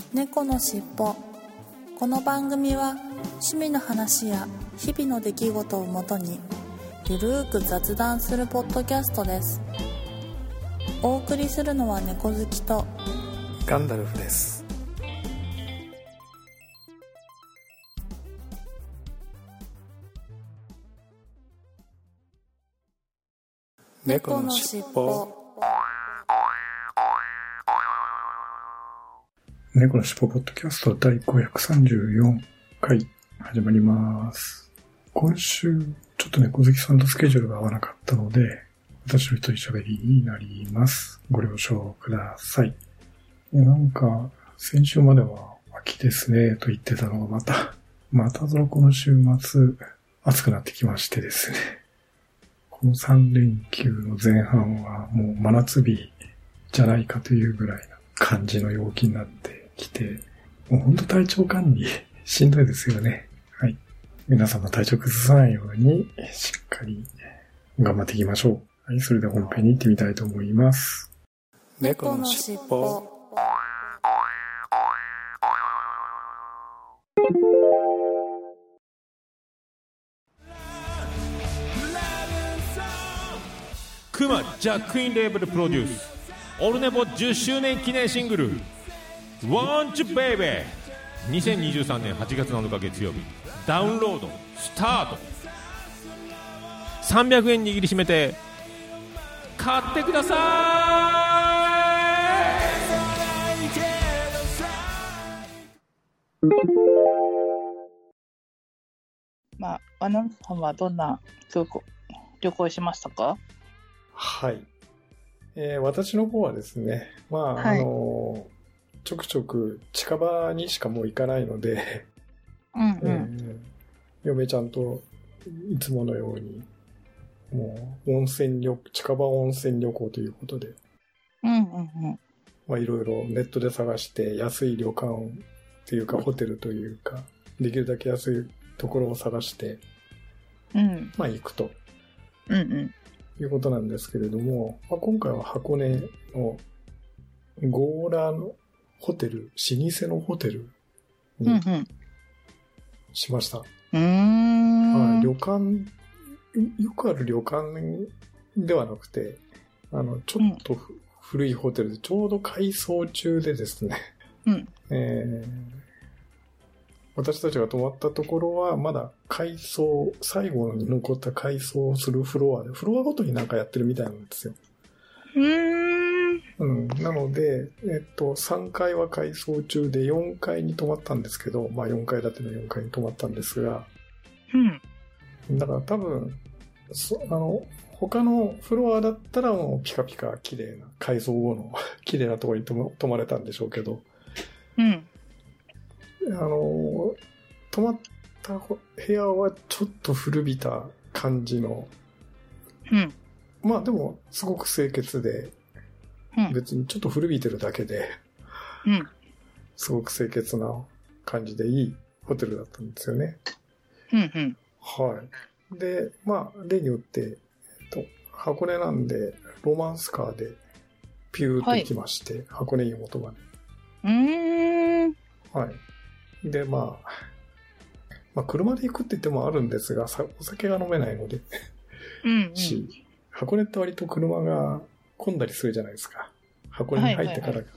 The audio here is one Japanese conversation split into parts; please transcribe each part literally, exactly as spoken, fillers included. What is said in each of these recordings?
猫のしっぽ。この番組は趣味の話や日々の出来事をもとにゆるーく雑談するポッドキャストです。お送りするのは猫好きとガンダルフです。 猫のしっぽ。 猫のしっぽポッドキャストだいごひゃくさんじゅうよんかい始まります。今週ちょっと猫好きさんとスケジュールが合わなかったので、私の一人喋りになります。ご了承ください。なんか先週までは秋ですねと言ってたのがまたまたぞこの週末暑くなってきましてですね。このさん連休の前半はもう真夏日じゃないかというぐらいな感じの陽気になってきて、もうほんと体調管理しんどいですよね。はい。皆さんも体調崩さないようにしっかり頑張っていきましょう。はい、それでは本編に行ってみたいと思います。 猫のしっぽ。 クマジャックインレーベルプロデュースオルネポじゅっしゅうねん記念シングル Want You Baby にせんにじゅうさんねんはちがつなのか月曜日ダウンロードスタート。さんびゃくえん握りしめて買ってください。 まあ、アナウンサーはどんな旅行、旅行しましたか？ はい。えー、私の方はですね、まあ、はい、あの、ちょくちょく近場にしかもう行かないので、 うんうんえー、嫁ちゃんといつものように、もう温泉旅、近場温泉旅行ということで、 うんうんうん。 まあいろいろネットで探して安い旅館っていうかホテルというか、できるだけ安いところを探して、 うん、 まあ行くと。 うんうんいうことなんですけれども、まあ、今回は箱根のゴーラのホテル、老舗のホテルにしました。 うんうん、 はい、旅館、よくある旅館ではなくて、あの、ちょっと、うん、古いホテルでちょうど改装中でですね、 うんえー私たちが泊まったところはまだ改装、最後に残った改装するフロアで、フロアごとになんかやってるみたいなんですよ。 うーん。 うん。なので、えっと、さんかいは改装中でよんかいに泊まったんですけど、まあよんかい建てのよんかいに泊まったんですが、 うん。 だから多分、そあの、他のフロアだったらもうピカピカ綺麗な、改装後の綺麗なところに泊まれたんでしょうけど、 うん。 あの、泊まった部屋はちょっと古びた感じの、 うん、 まあでもすごく清潔で、 うん、 別にちょっと古びてるだけで、 うん、 すごく清潔な感じでいいホテルだったんですよね。 うんうん、 はい。で、まあ例によって、えっと、箱根なんでロマンスカーでピューと行きまして、はい、箱根湯本まで。 うーん。 はい。で、まあ、まあ、車で行くって言ってもあるんですが、お酒が飲めないので、 うんうん、 し、箱根って割と車が混んだりするじゃないですか。箱根に入ってからが。はいはいはい、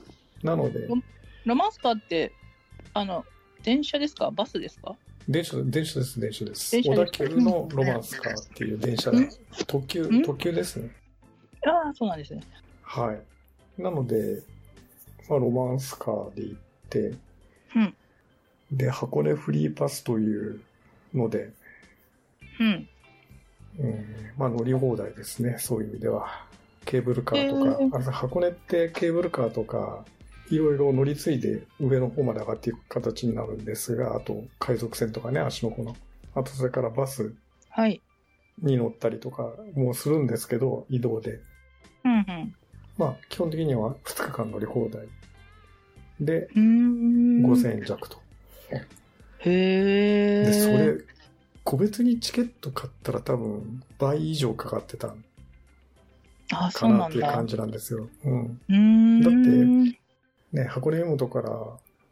なのでロ。ロマンスカーって、あの、電車ですか？バスですか？ 電車、電車です、電車です。小田急のロマンスカーっていう電車で、特急、特急ですね。 ああ、そうなんですね。 はい。なので、まあ、ロマンスカーで行って、 うん。 で、箱根フリーパスというので、 うん。 えー、まあ乗り放題ですね、そういう意味では。ケーブルカーとか、えー、箱根ってケーブルカーとか、いろいろ乗り継いで上の方まで上がっていく形になるんですが、あと海賊船とかね、足の子の。あとそれからバスに乗ったりとかもするんですけど、移動で。 うんうん。 まあ基本的にはふつかかん乗り放題。で、 ごせんえん弱と。 へー。 で、それ、個別にチケット買ったら多分倍以上かかってたかなっていう感じなんですよ。うん。 うーんだって、ね、箱根湯本から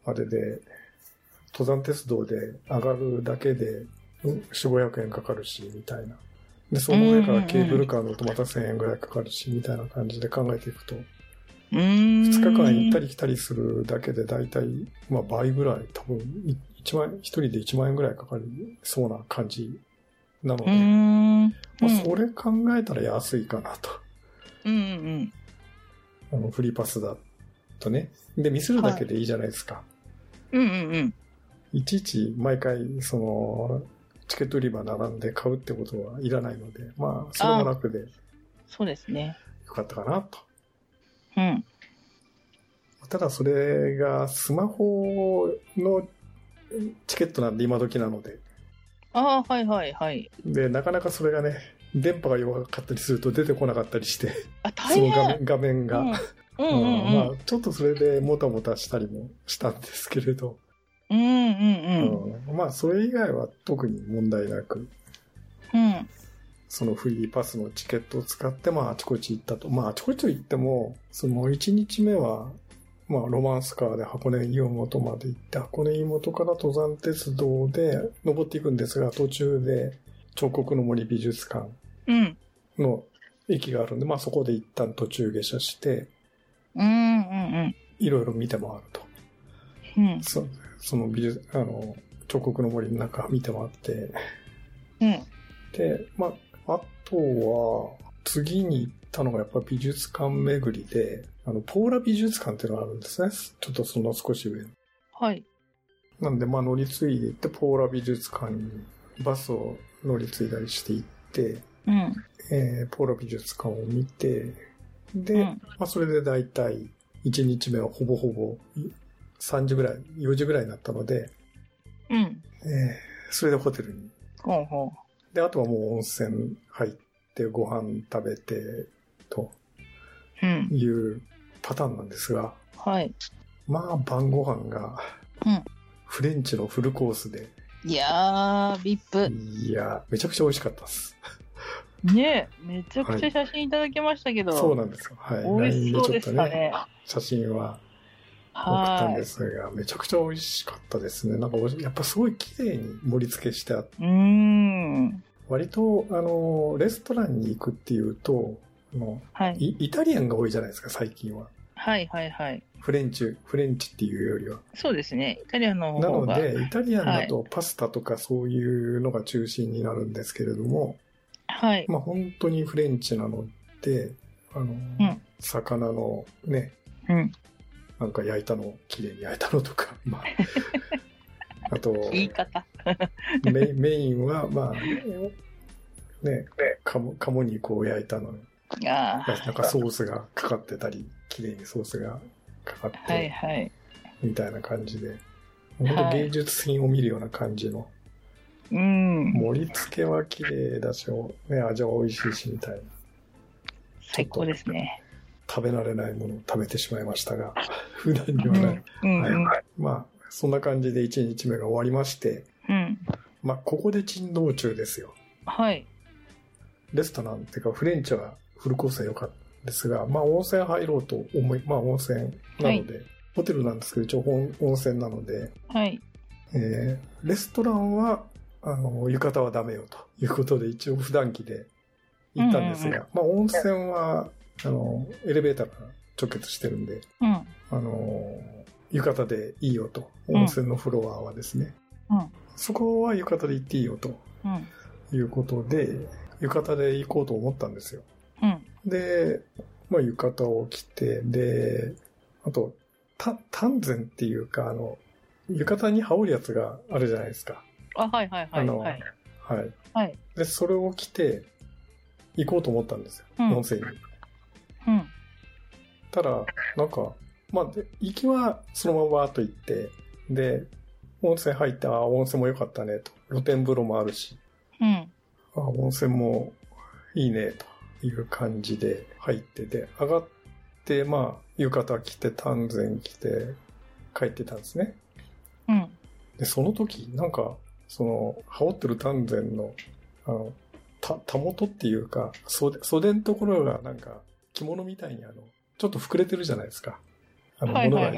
あれで、登山鉄道で上がるだけで、よんひゃくごひゃくえんかかるし、みたいな。で、その上からケーブルカー乗るとまたせんえんぐらいかかるし、みたいな感じで考えていくと、 うーん。 ふつかかん行ったり来たりするだけでだいたい、まあ倍ぐらい、多分、いちまん、一人でいちまんえんぐらいかかりそうな感じなので、 うーん。 まあ、それ考えたら安いかなと。 うんうんあの、フリーパスだとね。で、見せるだけでいいじゃないですか。 うん。うんうんうん。 いちいち毎回、その、チケット売り場並んで買うってことはいらないので、まあ、それも楽でそうですね。 よかったかなと。 うん。 ただそれがスマホのチケットなんで今時なので。 ああ、はいはいはい。 で、なかなかそれがね、電波が弱かったりすると出てこなかったりして、 あ、大その画変。 面画面が。 うんうんうんうんまあ、ちょっとそれでもたもたしたりもしたんですけれど。 うんうんうん。 うんまあ、それ以外は特に問題なく、 うん。 そのフリーパスのチケットを使って、まあ、あちこち行ったと。まあ、あちこち行っても、そのいちにちめは、まあ、ロマンスカーで箱根湯本まで行って、箱根湯本から登山鉄道で登っていくんですが、途中で彫刻の森美術館うん。 の駅があるんで、まあ、そこで一旦途中下車して、 うんうんいろいろ見て回ると。 うん。うん。 そその美術、あの、彫刻の森の中見て回って、 うん。 で、まあ、あとは、次に行ったのがやっぱ美術館巡りで、あの、ポーラ美術館っていうのがあるんですね。ちょっとその少し上。 はい。 なんで、まあ乗り継いで行って、ポーラ美術館にバスを乗り継いだりして行って、 うん。 えー、ポーラ美術館を見て、で、 うんまあそれでだいたいいちにちめはほぼほぼさんじぐらい、よじぐらいになったので、 うん。 えー、それでホテルに。 ほうほで、あとはもう温泉入ってご飯食べてとう。うん。 いうパターンなんですが、 はい。 まあ晩ご飯がうん。 フレンチのフルコースで、 いやー、ビップ。 いや、めちゃくちゃ美味しかったです。 ねえ、めちゃくちゃ写真いただきましたけど。 そうなんですよ。はい。 美味しそうでしたライン でちょっとね。 写真は送ったんはですが、めちゃくちゃ美味しかったですね。なんかおいやっぱすごい綺麗に盛り付けしてあって、 い。うーん。 割と、あの、レストランに行くっていうと、あのはい。 イイタリアンが多いじゃないですか、最近は。 はいはいはい。 フレンチ、フレンチっていうよりは。 そうですね。イタリアンのな方が。 ので、イタリアンだとパスタとかそういうのが中心になるんですけれども、 はい。 まあ本当にフレンチなので、あの、 ん魚のね、 うん。 なんか焼いたの、綺麗に焼いたのとか、まあ、あと、 言い方。 メインメインは、まあ、ね、鴨、鴨肉を焼いたの、 ああ。 なんかソースがかかってたり、綺麗にソースがかかって、 はいはい。 みたいな感じで、本当芸術品を見るような感じの、 うん。 盛り付けは綺麗だし、ね、味は美味しいし、みたいな。 最高ですね。 食べ慣れないものを食べてしまいましたが、普段にはない。 うん。うん。 はい、まあ、そんな感じでいちにちめが終わりまして、 うん。 まあ、ここで珍道中ですよ。 はい。 レストランっていうか、フレンチはフルコースで良かったんですが、まあ、温泉入ろうと思い、まあ、温泉なので、はい、ホテルなんですけど、一応温泉なので、 はい。 えー、レストランは、あの、浴衣はダメよということで、一応普段着で行ったんですが、うんうんうん、まあ、温泉は、あの、エレベーターから直結してるんで、 うん、 あの、浴衣でいいよと。温泉のフロアはですね。 うん、 そこは浴衣で行っていいよと。いうことで、浴衣で行こうと思ったんですよ。 うん、 で、まあ、浴衣を着て、で、あと、た、丹前っていうか、あの、浴衣に羽織るやつがあるじゃないですか。 あ、はいはいはい。 あの、 はい。 はい。 はい、 で、それを着て行こうと思ったんですよ。うん、温泉に。 うん。 ただ、なんか、まあ、行きはそのままと行って、で、温泉入って、ああ、温泉も良かったね、と。露天風呂もあるし。 うん。 ああ、温泉もいいね、という感じで入ってて、上がって、まあ、浴衣着て、丹前着て、帰ってたんですね。 うん。 で、その時、なんか、その、羽織ってる丹前の、あの、た、たもとっていうか、袖、袖のところがなんか、着物みたいにあの、ちょっと膨れてるじゃないですか。あの、 はいはいはい、 物が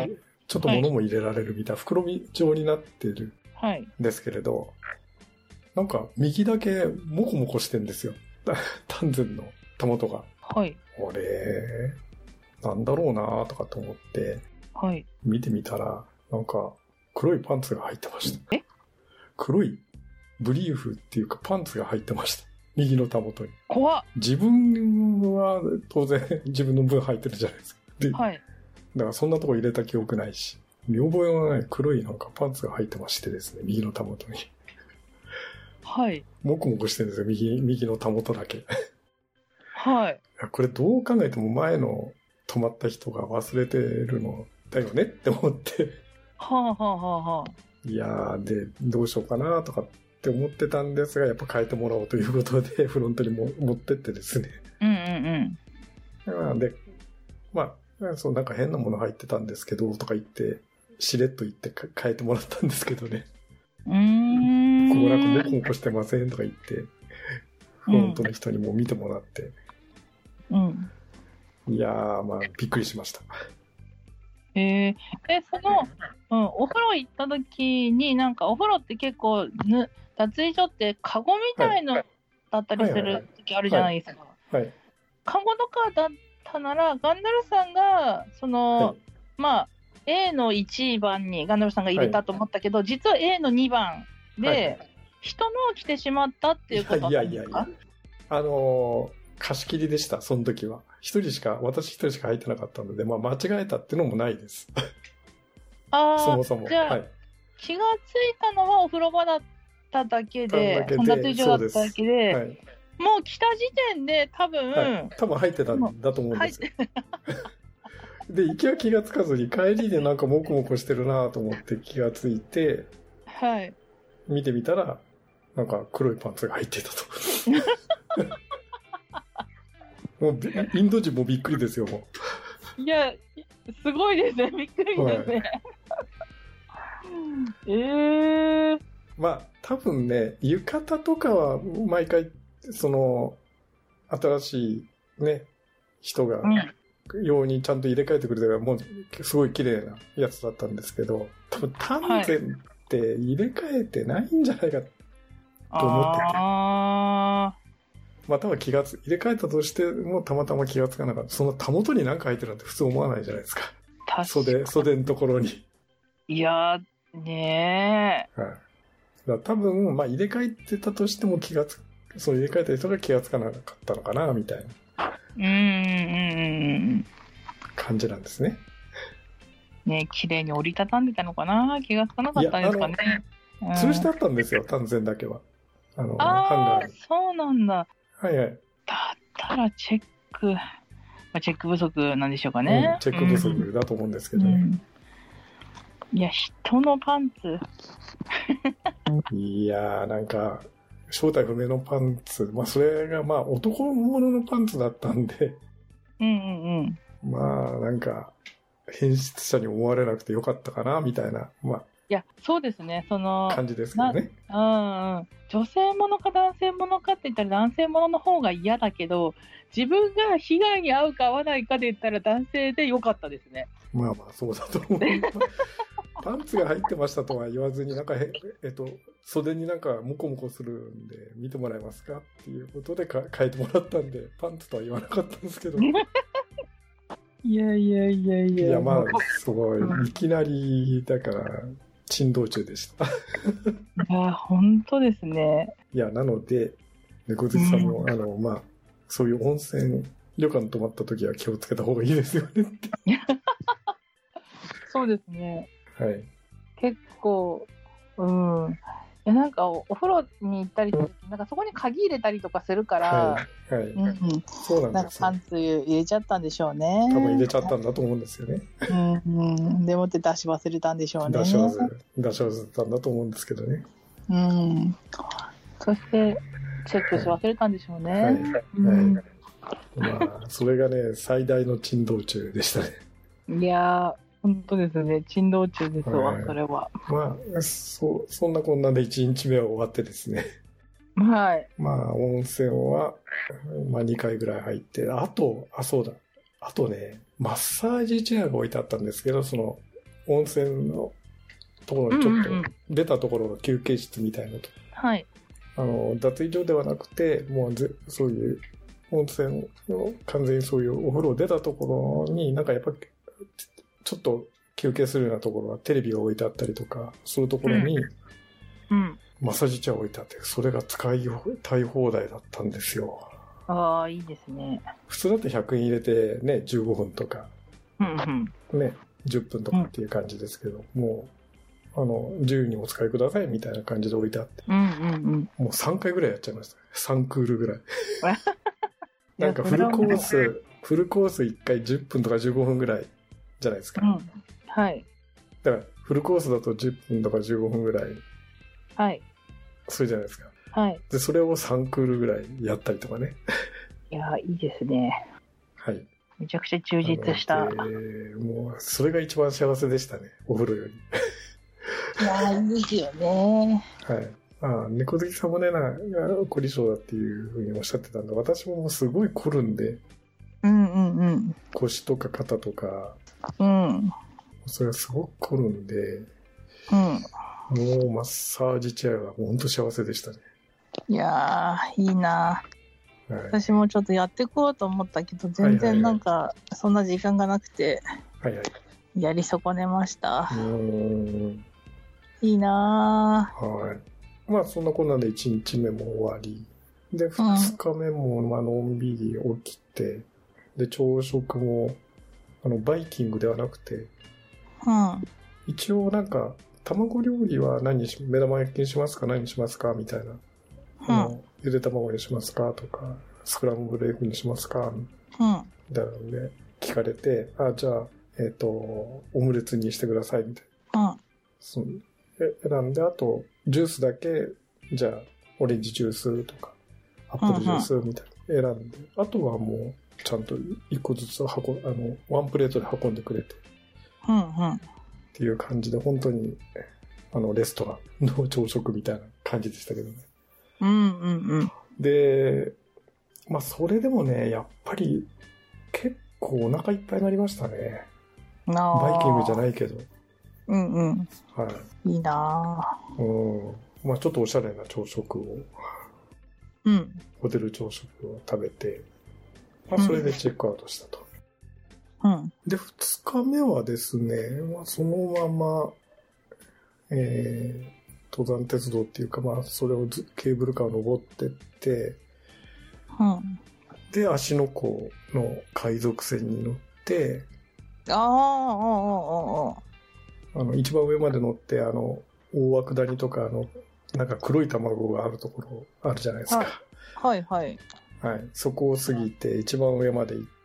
ちょっと物も入れられるみたいな、袋状になってるはい。 んですけれど、なんか右だけモコモコしてんですよ。丹前のたもとが。 はい。 あれ、なんだろうなとかと思って、 はい。 見てみたら、なんか黒いパンツが入ってました。 え黒いブリーフっていうかパンツが入ってました。右のたもとに。 怖っ。 自分は当然自分の分入ってるじゃないですか。で、 はい。 だからそんなとこ入れた記憶ないし、見覚えのない黒いなんかパンツが入ってましてですね、右のたもとに。 はい。 もこもこしてるんですよ、右、右のたもとだけ。 はい。 いやこれどう考えても前の泊まった人が忘れてるのだよねって思って。 はあはあはあはあ。いやー、で、どうしようかなとかって思ってたんですが、やっぱ変えてもらおうということで、フロントにも持ってってですね。 うんうんうん。で、まあ、そう、なんか変なもの入ってたんですけど、とか言って、しれっと言って変えてもらったんですけどね。 うん。うーん。 こうなんかモコモコしてませんとか言って、フロントの人にも見てもらって。 うん。 いやー、まあ、びっくりしました。 えー、で、その、うん、お風呂行った時に、なんかお風呂って結構、ぬ脱衣所ってカゴみたいのだったりする時あるじゃないですか。 はい。 カゴとかだったなら、ガンダルさんが、その、 はい、 まあ、A のいちばんにガンダルさんが入れたと思ったけど、はい、実は A のにばんで、はい、人のを着てしまったっていうことなんですか？いやいやいや。 あのー、貸し切りでした、その時は。一人しか、私一人しか入ってなかったので、まあ間違えたっていうのもないです。 ああ、 そもそも。 じゃあ、はい、気がついたのはお風呂場だっただけで、脱衣所だっただけで、はい、もう来た時点で多分、はい、 多分入ってたんだと思うんですよ。で、行きは気がつかずに、帰りでなんかモコモコしてるなと思って気がついて、 はい。 見てみたら、なんか黒いパンツが入ってたと。もうインド人もびっくりですよ、もう。いや、すごいですね、びっくりですね。はい、えー。 まあ、多分ね、浴衣とかは毎回、その、新しいね、人が、ようにちゃんと入れ替えてくれてるから、もう、すごい綺麗なやつだったんですけど、多分、丹前って入れ替えてないんじゃないかと思ってて。あまあ、多分気がつ、入れ替えたとしてもたまたま気がつかなかった。そのたもとに何か入ってるなんて普通思わないじゃないですか。 か袖、袖のところに。 いやー、ねー。 はい。だから多分、まあ、入れ替えてたとしても気がつ、そう入れ替えた人が気がつかなかったのかな、みたいな。 うんうんうん感じなんですね。 ね、綺麗に折りたたんでたのかな、気がつかなかったんですかね。 うん、吊るしてあったんですよ、丹前だけは。あの、 あハンガーに。 そうなんだ。 はいはい。 だったらチェック、まあ、チェック不足なんでしょうかね。 うん、チェック不足だと思うんですけどね。うんうん、いや、人のパンツ。 いやー、なんか、正体不明のパンツ。まあ、それがまあ、男物のパンツだったんで。 うんうんうん。 まあ、なんか、変質者に思われなくてよかったかな、みたいな。まあ。 いや、そうですね、その。 感じですけどね。 うんうん。女性ものか男性ものかって言ったら男性ものの方が嫌だけど、自分が被害に遭うか遭わないかで言ったら男性でよかったですね。 まあまあ、そうだと思う。パンツが入ってましたとは言わずに、なんかへ、えっと、袖になんかモコモコするんで、見てもらえますかっていうことでか変えてもらったんで、パンツとは言わなかったんですけど。 いやいやいやいや。 いや、まあ、すごい。いきなり、だから、珍道中でした。いや、本当ですね。 いや、なので、猫好さんも、うん、あの、まあ、そういう温泉旅館泊まった時は気をつけた方がいいですよねって。 そうですね。 はい。 結構、うん。いや、なんかお、お風呂に行ったりするとき、なんかそこに鍵入れたりとかするから、 はい。はい。うん、そうなんですよ。 なんかパンツ入れちゃったんでしょうね。 多分入れちゃったんだと思うんですよね。 うん、うん。でもって出し忘れたんでしょうね。 出し忘れ、出し忘れたんだと思うんですけどね。 うん。そして、チェックし忘れたんでしょうね。はい。はい。 うん、まあ、それがね、最大の珍道中でしたね。 いやー、本当ですね。珍道中ですわ、はい、それは。 まあ、そう、そんなこんなでいちにちめは終わってですね。 はい。 まあ、温泉は、まあにかいぐらい入って、あと、あ、そうだ。あとね、マッサージチェアが置いてあったんですけど、その、 温泉のところにちょっと出たところの休憩室みたいなと、 はい。 あの、脱衣所ではなくて、もうぜそういう温泉の完全にそういうお風呂出たところになんかやっぱちょっと休憩するようなところはテレビが置いてあったりとか、そういうところに、 うん。 マッサージチェア置いてあって、それが使いたい放題だったんですよ。 ああ、いいですね。 普通だってひゃくえん入れてね、じゅうごふんとか、 うんうん。 ね、じゅっぷんとかっていう感じですけど、うん、もう、あの、自由にお使いくださいみたいな感じで置いてあって、 うんうんうん、もうさんかいぐらいやっちゃいました。さんクールぐらい。なんかフルコース、フルコースいっかいじゅっぷんとかじゅうごふんぐらいじゃないですか。 うん、はい。 だから、フルコースだとじゅっぷんとかじゅうごふんぐらい。 はい。 それじゃないですか。 はい。 で、それをさんクールぐらいやったりとかね。 いや、いいですね。 はい。 めちゃくちゃ充実した。 えー、もう、それが一番幸せでしたね。お風呂より。 いや、いいですよね。 はい。ああ、猫好きさんもね、な、凝り性だっていうふうにおっしゃってたんで、私ももうすごい凝るんで。 うんうんうん。 腰とか肩とか。 うん。それはすごく凝るんで。 うん。 もうマッサージチェアがもう本当幸せでしたね。 いやー、いいな、はい、私もちょっとやっていこうと思ったけど、全然なんか、そんな時間がなくて、 はいはい、 やり損ねました。 うーん、 いいなー。はい。まあそんなこんなでいちにちめも終わり、で、ふつかめもまあのんびり起きて、で、朝食も、あの、バイキングではなくて、 うん、 一応なんか、卵料理は何にし、目玉焼きにしますか何にしますかみたいな。あの、うん、ゆで卵にしますかとか、スクランブルエッグにしますか、 うん、 みたいなので、聞かれて、あ、じゃあ、えっと、オムレツにしてください、みたいな。 うん。 その選んで、あと、ジュースだけ、じゃあ、オレンジジュースとか、アップルジュースみたいな、選んで、うんうん、あとはもう、ちゃんと一個ずつ運、あの、ワンプレートで運んでくれて。 うんうん。 っていう感じで、本当に、あの、レストランの朝食みたいな感じでしたけどね。 うんうんうん。 で、まあ、それでもね、やっぱり、結構お腹いっぱいになりましたね。バイキングじゃないけど。 うんうん。 はい。 いいなぁ。うん。まあ、ちょっとおしゃれな朝食を。 うん。 ホテル朝食を食べて、まあ、それでチェックアウトしたと。 うん。 で、二日目はですね、まあ、そのまま、えー、登山鉄道っていうか、まあ、それをずケーブルカーを登ってって、 うん。 で、芦ノ湖の海賊船に乗って、 ああ、ああ、ああ。 あの、一番上まで乗って、あの、大涌谷とか、あの、なんか黒い卵があるところあるじゃないですか。 はい、はい。 はい。そこを過ぎて、一番上まで行って、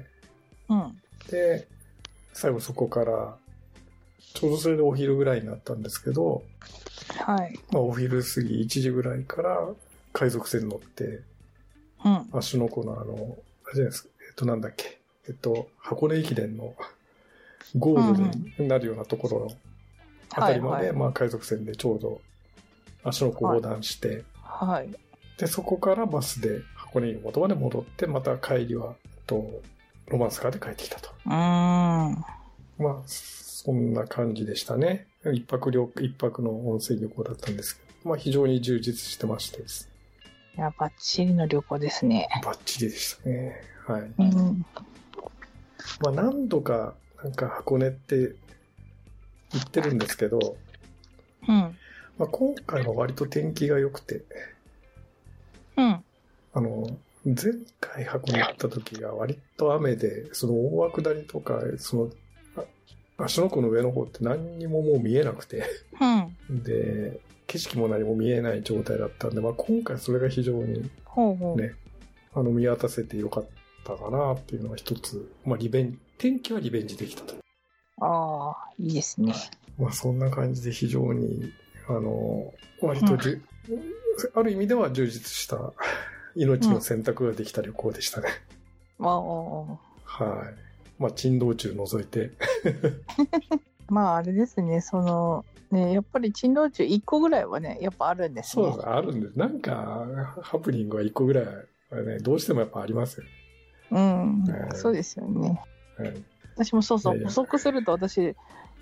うん。 で、最後そこから、ちょうどそれでお昼ぐらいになったんですけど、 はい。 まあお昼過ぎいちじぐらいから海賊船に乗って、 うん。 芦ノ湖のあの、あれじゃないですか、えっとなんだっけ、えっと、箱根駅伝のゴールになるようなところのあたりまで、 はいはい、 まあ海賊船でちょうど芦ノ湖横断して、 はい。 で、そこからバスで箱根元まで戻って、また帰りは、と、ロマンスカーで帰ってきたと。 うーん。 まあ、そんな感じでしたね。一泊旅、一泊の温泉旅行だったんですけど、まあ非常に充実してましてですね。 いや、バッチリの旅行ですね。 バッチリでしたね。はい。 うん。 まあ何度か、なんか箱根って行ってるんですけど、 うん。 まあ今回は割と天気が良くて、 うん。 あの、前回箱根行った時が割と雨で、その大涌谷とか、その、芦ノ湖の上の方って何にももう見えなくて、 うん、 で、景色も何も見えない状態だったんで、まあ今回それが非常にね、 ほうほう、 あの見渡せてよかったかなっていうのは一つ、まあリベンジ、天気はリベンジできたと。 ああ、いいですね。 まあそんな感じで非常に、あの、割とじゅ、うん、ある意味では充実した命の選択ができた旅行でしたね。 うん、ああ。 はい。まあ、珍道中除いて。 まあ、あれですね、その、ね、やっぱり珍道中いっこぐらいはね、やっぱあるんですね。 そうです、あるんです。なんか、ハプニングはいっこぐらいはね、どうしてもやっぱありますよね。 うん、はい、そうですよね。 はい、 私もそうそう、補足すると私、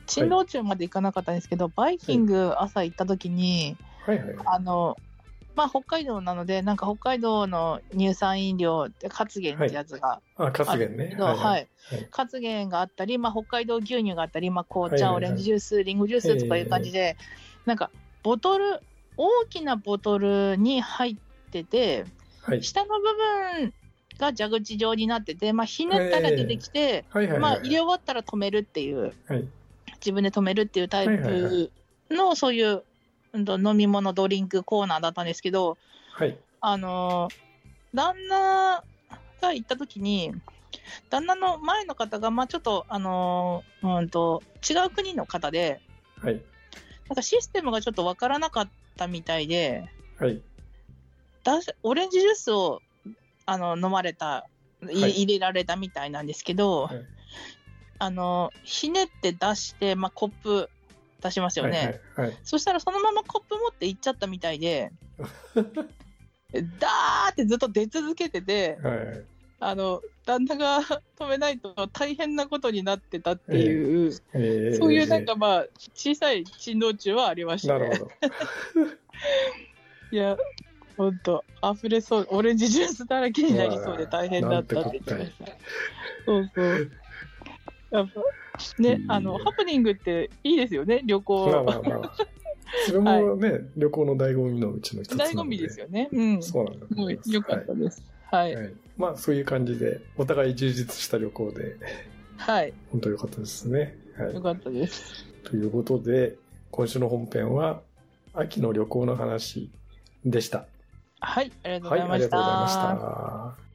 珍道中まで行かなかったんですけど、はい、バイキング朝行った時に、はいはいはい、あの、まあ、北海道なので、なんか北海道の乳酸飲料って活源ってやつがあるんですけど、はい、あ、活源ね。はい、はいはい、活源があったり、まあ、北海道牛乳があったり、まあ、紅茶、はいはいはい、オレンジジュース、リンゴジュースとかいう感じで、えー、なんかボトル、大きなボトルに入ってて、はい、下の部分が蛇口状になってて、まあ、ひねったら出てきて、えーはいはいはい、まあ、入れ終わったら止めるっていう、はい、自分で止めるっていうタイプの、はいはいはい、そういう飲み物ドリンクコーナーだったんですけど、はい、あの旦那が行った時に旦那の前の方が、まあ、ちょっと、あのうんと違う国の方で、はい、なんかシステムがちょっとわからなかったみたいで、はい、だオレンジジュースをあの飲まれた、はい、入れられたみたいなんですけど、はい、あのひねって出して、まあ、コップ出しますよね、はいはいはい、そしたらそのままコップ持って行っちゃったみたいでダーってずっと出続けてて、はいはい、あの旦那が止めないと大変なことになってたっていう、えーえー、そういうなんかまあ小さい珍道中はありましたね。なるほどいやほんと溢れそう、オレンジジュースだらけになりそうで大変だったって言ってました。そうそうやっぱね、あのハプニングっていいですよね、旅行。まあまあまあ、 それもね、はい、旅行の醍醐味のうちの一つなので。醍醐味ですよね。うん。そうなんだ。 もう良かったです。はい。はいはい、 まあそういう感じでお互い充実した旅行で、はい。本当良かったですね。 はい。良かったです。 ということで今週の本編は秋の旅行の話でした。 はい、ありがとうございました。はい、ありがとうございました。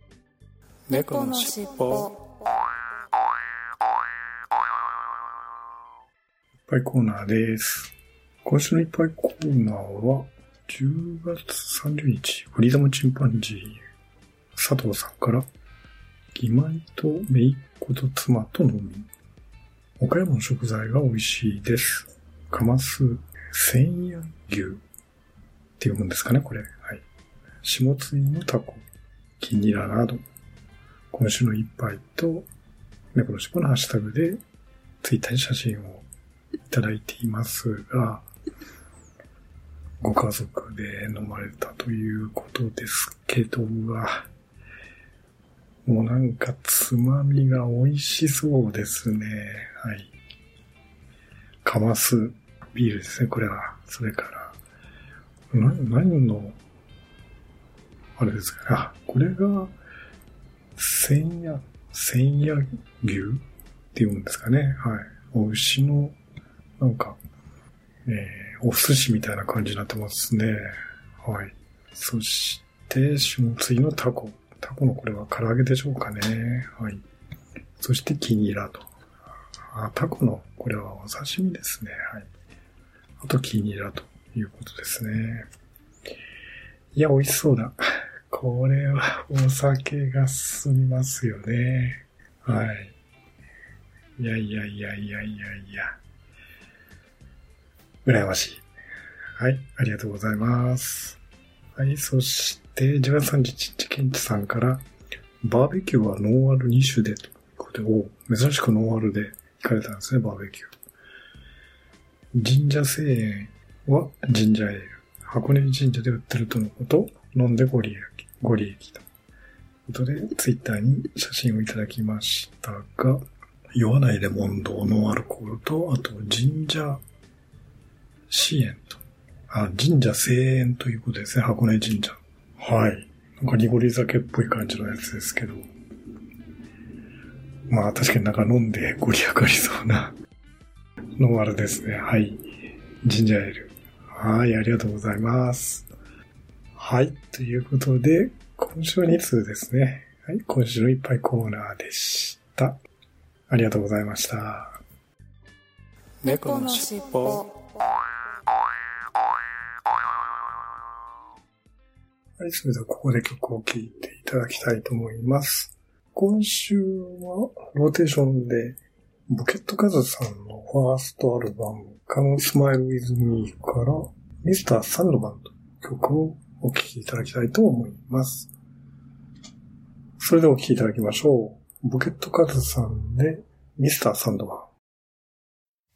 猫のしっぽ。 いっぱいコーナーです。今週のいっぱいコーナーはじゅうがつさんじゅうにち、フリーダムチンパンジー佐藤さんから義妹と姪っ子と妻と飲み、岡山の食材が美味しいです。かます千屋牛って読むんですかね、これ。はい。下津井のタコ、キニラなど、今週の一杯と猫のしっぽのハッシュタグでツイッターに写真をいただいていますが、ご家族で飲まれたということですけどは、もうなんかつまみが美味しそうですね。はい。かますビールですね、これは。それから、な、何の、あれですか、あ、これが、千屋、千屋牛っていうんですかね。はい。お牛の、なんか、えー、お寿司みたいな感じになってますね。はい。そして、下津井のタコ。タコのこれは唐揚げでしょうかね。はい。そして、キニラと。あ、タコのこれはお刺身ですね。はい。あと、キニラということですね。いや、美味しそうだ。これはお酒が進みますよね。はい。いやいやいやいやいやいや。羨ましい。はい、ありがとうございます。はい、そして、じゅうがつさんじゅういちにち、ケンチさんから、バーベキューはノンアルに種で、ということで、お珍しくノンアルで行かれたんですね、バーベキュー。神社製園はジンジャーエール。箱根神社で売ってるとのこと、飲んでご利益、ご利益ということで、ツイッターに写真をいただきましたが、酔わないレモンド、ノンアルコールと、あと神社支援と。あ、神社聖園ということですね、箱根神社。はい。なんか濁り酒っぽい感じのやつですけど。まあ確かになんか飲んでご利益ありそうなノンアルですね。はい。ジンジャーエール。はい、ありがとうございます。はい、ということで、今週はに通ですね。はい、今週のいっぱいコーナーでした。ありがとうございました。 猫のしっぽ。 はい、それではここで曲を聴いていただきたいと思います。今週はローテーションでボケットカズさんのファーストアルバム Come Smile With Me からミスターサンドマンという曲をお聴きいただきたいと思います。それではお聴きいただきましょう。ボケットカズさんでミスターサンドマン。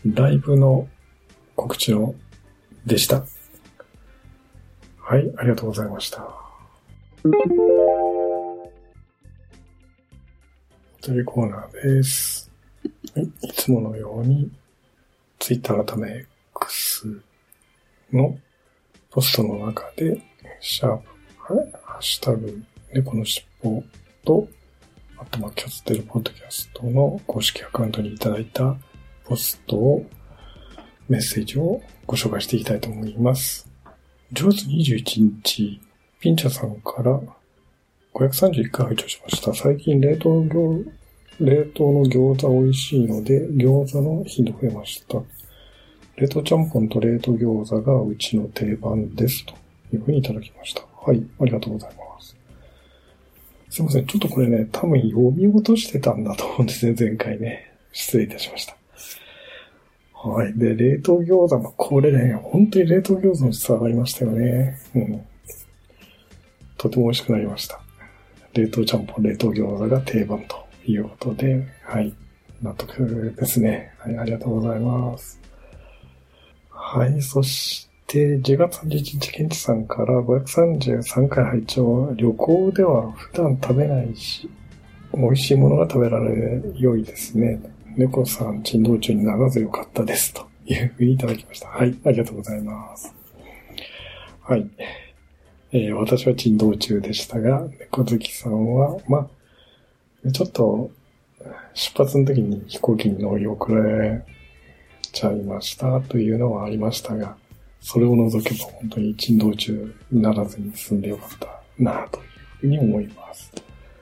ライブの告知のでした。はい、ありがとうございました。お便りコーナーです。はい、いつものように、ツイッター改め X のポストの中で、シャープ、はい、ハッシュタグ、猫のしっぽと、あとまあ、キャステルポッドキャストの公式アカウントにいただいたポストを、メッセージをご紹介していきたいと思います。じゅうがつにじゅういちにち、ピンチャさんからごひゃくさんじゅういっかい拝聴しました。最近冷凍餃、冷凍の餃子美味しいので、餃子の頻度増えました。冷凍ちゃんぽんと冷凍餃子がうちの定番です。というふうにいただきました。はい、ありがとうございます。すいません。ちょっとこれね、多分読み落としてたんだと思うんですね。前回ね。失礼いたしました。はい。で、冷凍餃子も、これね、本当に冷凍餃子の質上がりましたよね。うん。とても美味しくなりました。冷凍ちゃんぽん、冷凍餃子が定番ということで、はい。納得ですね。はい。ありがとうございます。はい。そして、じゅうがつさんじゅういちにち、ケンチさんからごひゃくさんじゅうさんかい拝聴。旅行では普段食べないし、美味しいものが食べられ良いですね。猫さん、珍道中にならずよかったです。というふうにいただきました。はい。ありがとうございます。はい。えー、私は珍道中でしたが、猫好きさんは、まあ、ちょっと、出発の時に飛行機に乗り遅れちゃいましたというのはありましたが、それを除けば本当に珍道中にならずに済んでよかったなというふうに思います。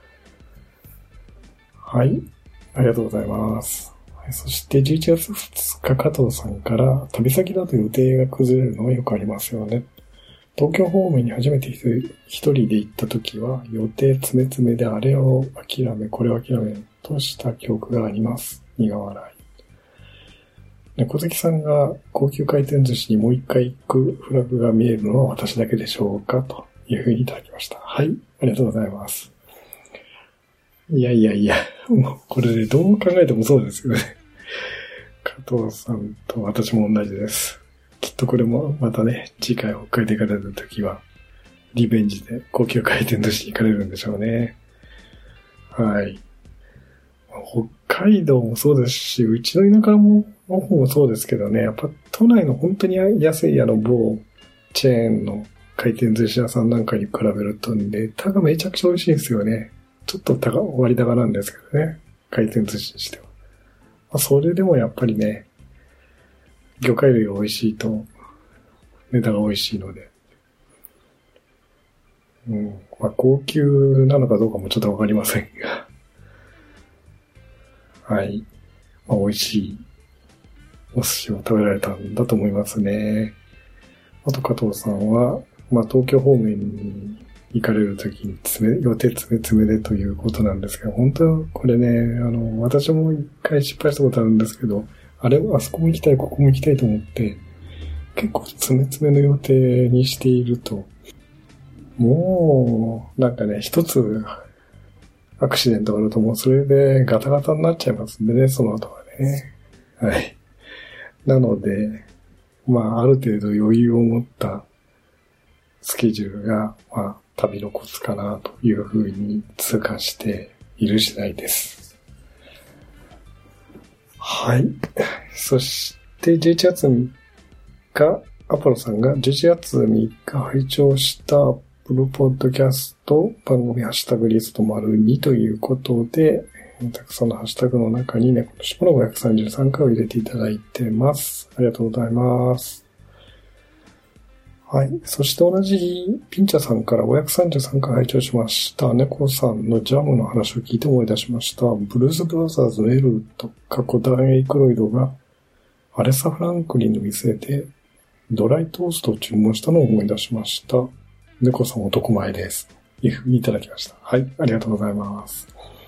はい。ありがとうございます。そしてじゅういちがつふつか、加藤さんから旅先だと予定が崩れるのはよくありますよね。東京方面に初めて一人で行った時は予定詰め詰めであれを諦めこれを諦めとした記憶があります。苦笑い。猫好きさんが高級回転寿司にもう一回行くフラグが見えるのは私だけでしょうかというふうにいただきました。はい。ありがとうございます。いやいやいや、もうこれでどう考えてもそうですよね。加藤さんと私も同じです。きっとこれもまたね、次回北海道行かれるときは、リベンジで高級回転寿司に行かれるんでしょうね。はい。北海道もそうですし、うちの田舎もの方もそうですけどね、やっぱ都内の本当に安いあの某チェーンの回転寿司屋さんなんかに比べるとネタがめちゃくちゃ美味しいんですよね。ちょっと高割高なんですけどね。回転寿司にしては。まあ、それでもやっぱりね、魚介類が美味しいと、ネタが美味しいので。うん。まあ、高級なのかどうかもちょっとわかりませんが。はい。まあ、美味しいお寿司を食べられたんだと思いますね。あと加藤さんは、まあ、東京方面に行かれるときに詰め、予定詰め詰めでということなんですが、本当はこれね、あの、私も一回失敗したことあるんですけど、あれ、あそこも行きたい、ここも行きたいと思って、結構詰め詰めの予定にしていると、もう、なんかね、一つ、アクシデントがあるともうそれでガタガタになっちゃいますんでね、その後はね。はい。なので、まあ、ある程度余裕を持ったスケジュールが、まあ、旅のコツかなというふうに通過している次第です。はい。そして、じゅういちがつみっか、アポロさんがじゅういちがつみっか拝聴したアップルポッドキャスト番組ハッシュタグリスト丸にということで、たくさんのハッシュタグの中にね、このしっぽのごひゃくさんじゅうさんかいを入れていただいてます。ありがとうございます。はい。そして同じ日、ピンチャさんからごひゃくさんじゅうさんかい拝聴しました。猫さんのジャムの話を聞いて思い出しました。ブルース・ブラザーズのエルと過去ダン・エイクロイドがアレサ・フランクリンの店でドライトーストを注文したのを思い出しました。猫さん男前です。いうふうにいただきました。はい。ありがとうございます。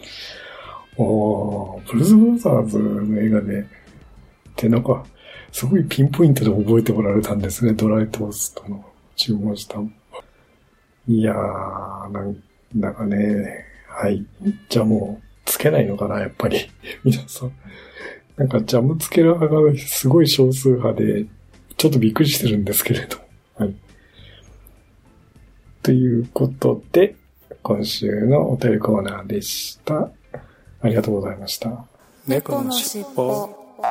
おー、ブルース・ブラザーズの映画で、で、なんか、すごいピンポイントで覚えておられたんですね。ドライトーストの注文した。いやー、なんだかね、はい。じゃあもう、つけないのかな、やっぱり。皆さん。 なんかジャムつける派がすごい少数派で、ちょっとびっくりしてるんですけれど。はい。ということで、今週のお便りコーナーでした。ありがとうございました。 猫のしっぽ。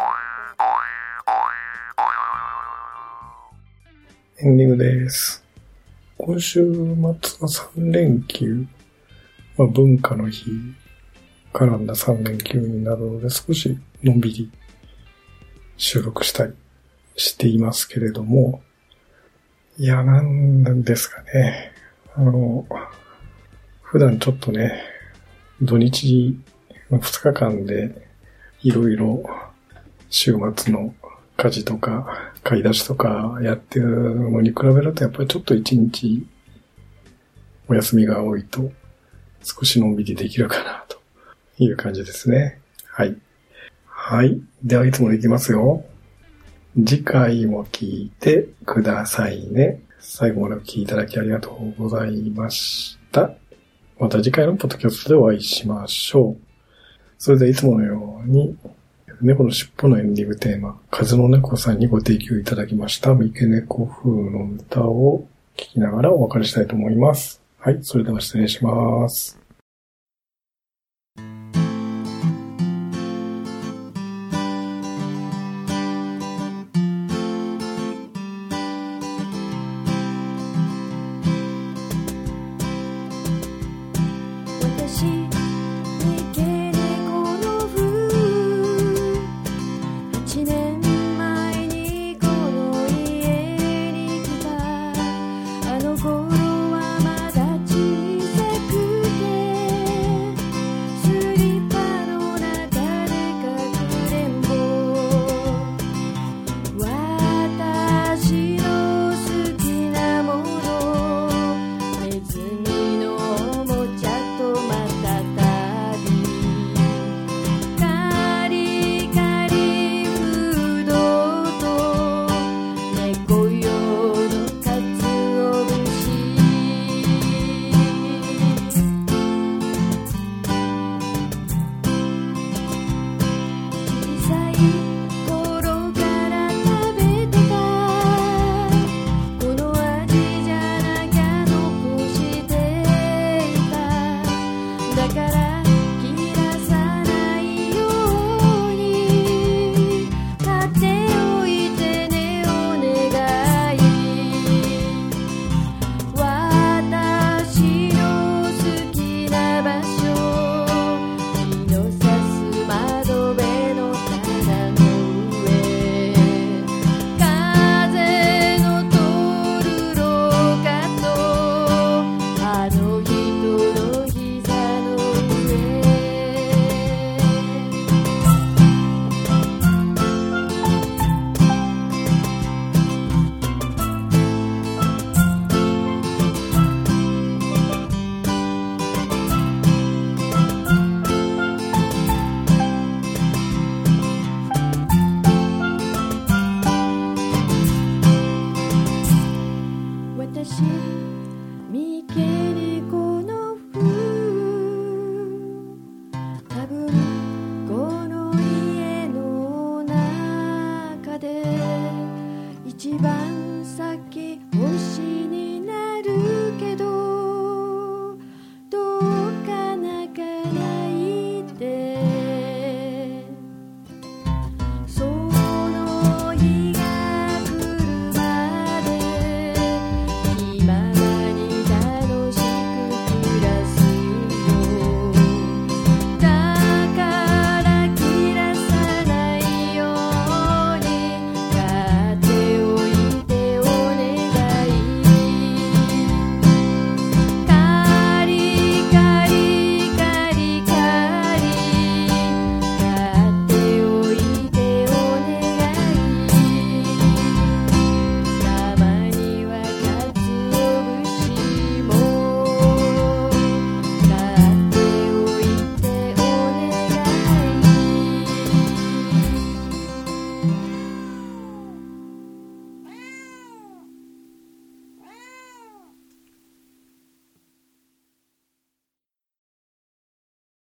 エンディングです。今週末はさん連休、まあ、文化の日絡んださん連休になるので、少しのんびり収録したりしていますけれども、いや、なんですかね。あの、普段ちょっとね、土日ふつかかんでいろいろ週末の家事とか買い出しとかやってるのに比べるとやっぱりちょっと一日お休みが多いと少しのんびりできるかなという感じですね。はい。はい。ではいつもでいきますよ。次回も聞いてくださいね。最後までお聞きいただきありがとうございました。また次回のポッドキャストでお会いしましょう。それではいつものように、猫のしっぽのエンディングテーマ、風の猫さんにご提供いただきました三毛猫風の歌を聴きながらお別れしたいと思います。はい、それでは失礼します。 一番先欲しい